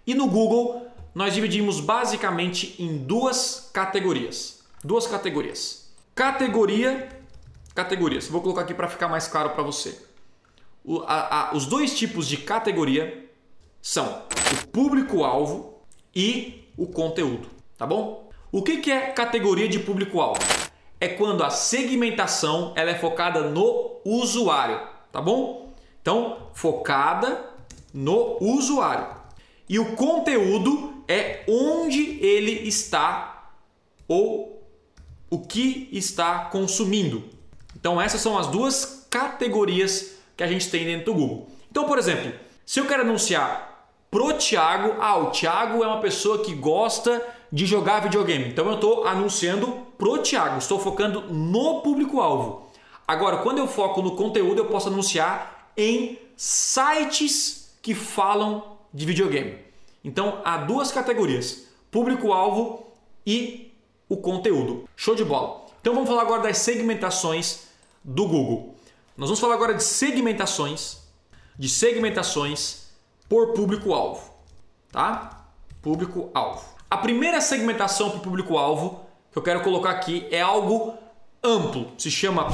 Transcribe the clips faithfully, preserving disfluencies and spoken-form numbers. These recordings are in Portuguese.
E no Google nós dividimos basicamente em duas categorias. Duas categorias. Categoria, categorias. Vou colocar aqui para ficar mais claro para você. O, a, a, os dois tipos de categoria são o público-alvo e o conteúdo, tá bom? O que, que é categoria de público-alvo? É quando a segmentação ela é focada no usuário, tá bom? Então, focada no usuário. E o conteúdo é onde ele está ou o que está consumindo. Então, essas são as duas categorias que a gente tem dentro do Google. Então, por exemplo, se eu quero anunciar pro Thiago, ah, o Thiago é uma pessoa que gosta de jogar videogame. Então, eu estou anunciando pro Thiago, estou focando no público-alvo. Agora, quando eu foco no conteúdo, eu posso anunciar em sites que falam de videogame. Então, há duas categorias, público-alvo e o conteúdo. Show de bola. Então, vamos falar agora das segmentações do Google. Nós vamos falar agora de segmentações, de segmentações por público-alvo, tá? Público-alvo. A primeira segmentação para o público-alvo que eu quero colocar aqui é algo amplo. Se chama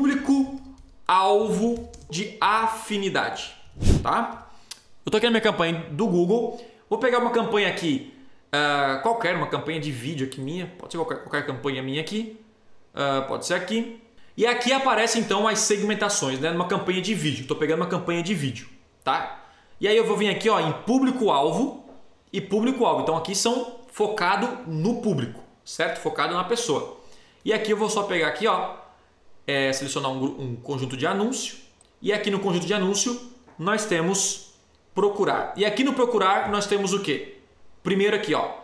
público-alvo de afinidade, tá? Eu estou aqui na minha campanha do Google. Vou pegar uma campanha aqui, uh, qualquer, uma campanha de vídeo aqui minha. Pode ser qualquer, qualquer campanha minha aqui. Uh, pode ser aqui. E aqui aparecem então as segmentações, né? Numa campanha de vídeo. Estou pegando uma campanha de vídeo, tá? E aí eu vou vir aqui, ó, em público-alvo e público-alvo. Então aqui são focado no público, certo? Focado na pessoa. E aqui eu vou só pegar aqui, ó, é, selecionar um, um conjunto de anúncio. E aqui no conjunto de anúncio nós temos procurar. E aqui no procurar nós temos o quê? Primeiro aqui, ó,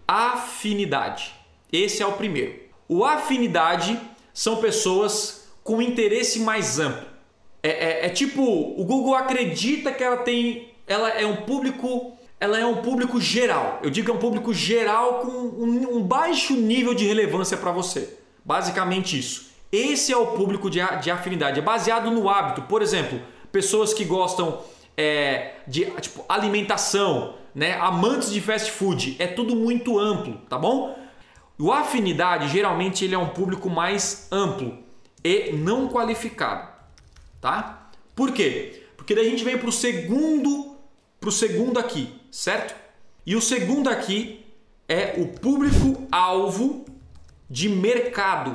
afinidade. Esse é o primeiro. O afinidade são pessoas com interesse mais amplo. É, é, é tipo, o Google acredita que ela tem, ela é um público, ela é um público geral. Eu digo que é um público geral com um, um baixo nível de relevância para você. Basicamente isso. Esse é o público de, de afinidade. É baseado no hábito. Por exemplo, pessoas que gostam é, de tipo, alimentação, né? Amantes de fast food. É tudo muito amplo, tá bom? O afinidade, geralmente, ele é um público mais amplo e não qualificado, tá? Por quê? Porque daí a gente vem para o segundo, pro segundo aqui, certo? E o segundo aqui é o público-alvo de mercado.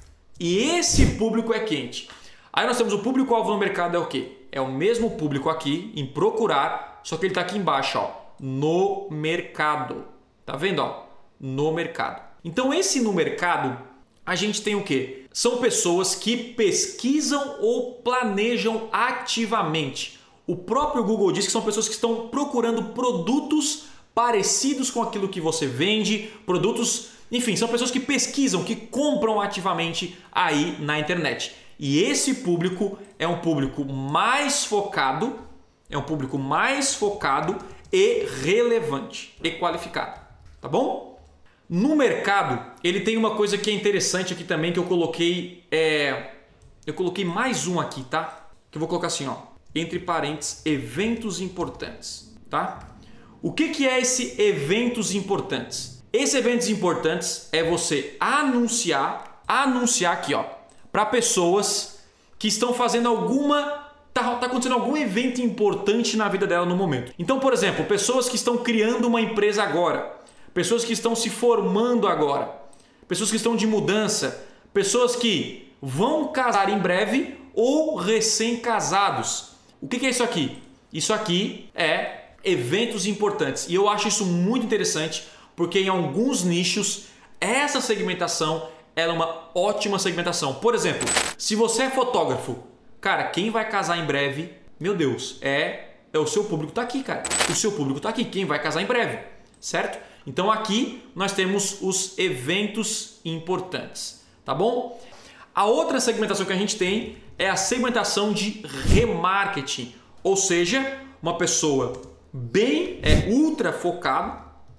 E esse público é quente. Aí nós temos o público-alvo no mercado é o quê? É o mesmo público aqui em procurar, só que ele está aqui embaixo, ó, no mercado. Tá vendo, ó? No mercado. Então esse no mercado, a gente tem o quê? São pessoas que pesquisam ou planejam ativamente. O próprio Google diz que são pessoas que estão procurando produtos parecidos com aquilo que você vende, produtos, enfim, são pessoas que pesquisam, que compram ativamente aí na internet. E esse público é um público mais focado, é um público mais focado e relevante e qualificado, tá bom? No mercado, ele tem uma coisa que é interessante aqui também, que eu coloquei, é, eu coloquei mais um aqui, tá? Que eu vou colocar assim, ó, entre parênteses, eventos importantes, tá? O que que é esse eventos importantes? Esses eventos importantes é você anunciar, anunciar aqui, ó, para pessoas que estão fazendo alguma, tá, tá acontecendo algum evento importante na vida dela no momento. Então, por exemplo, pessoas que estão criando uma empresa agora, pessoas que estão se formando agora, pessoas que estão de mudança, pessoas que vão casar em breve ou recém-casados. O que é isso aqui? Isso aqui é eventos importantes. E eu acho isso muito interessante porque em alguns nichos essa segmentação ela é uma ótima segmentação. Por exemplo, se você é fotógrafo, cara, quem vai casar em breve, meu Deus, é, é o seu público tá aqui, cara. O seu público tá aqui, quem vai casar em breve, certo? Então aqui nós temos os eventos importantes, tá bom? A outra segmentação que a gente tem é a segmentação de remarketing, ou seja, uma pessoa bem é ultra focado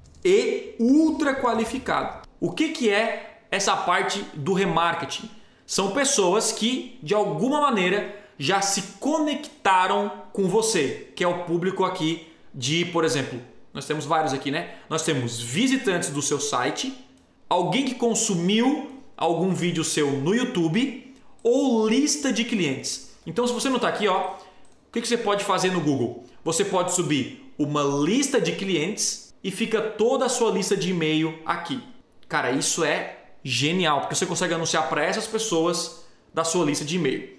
e ultra qualificado. O que que é essa parte do remarketing? São pessoas que de alguma maneira já se conectaram com você, que é o público aqui de, por exemplo, nós temos vários aqui, né? Nós temos visitantes do seu site, alguém que consumiu algum vídeo seu no YouTube ou lista de clientes. Então, se você não está aqui, ó, o que você pode fazer no Google? Você pode subir uma lista de clientes e fica toda a sua lista de e-mail aqui. Cara, isso é genial, porque você consegue anunciar para essas pessoas da sua lista de e-mail.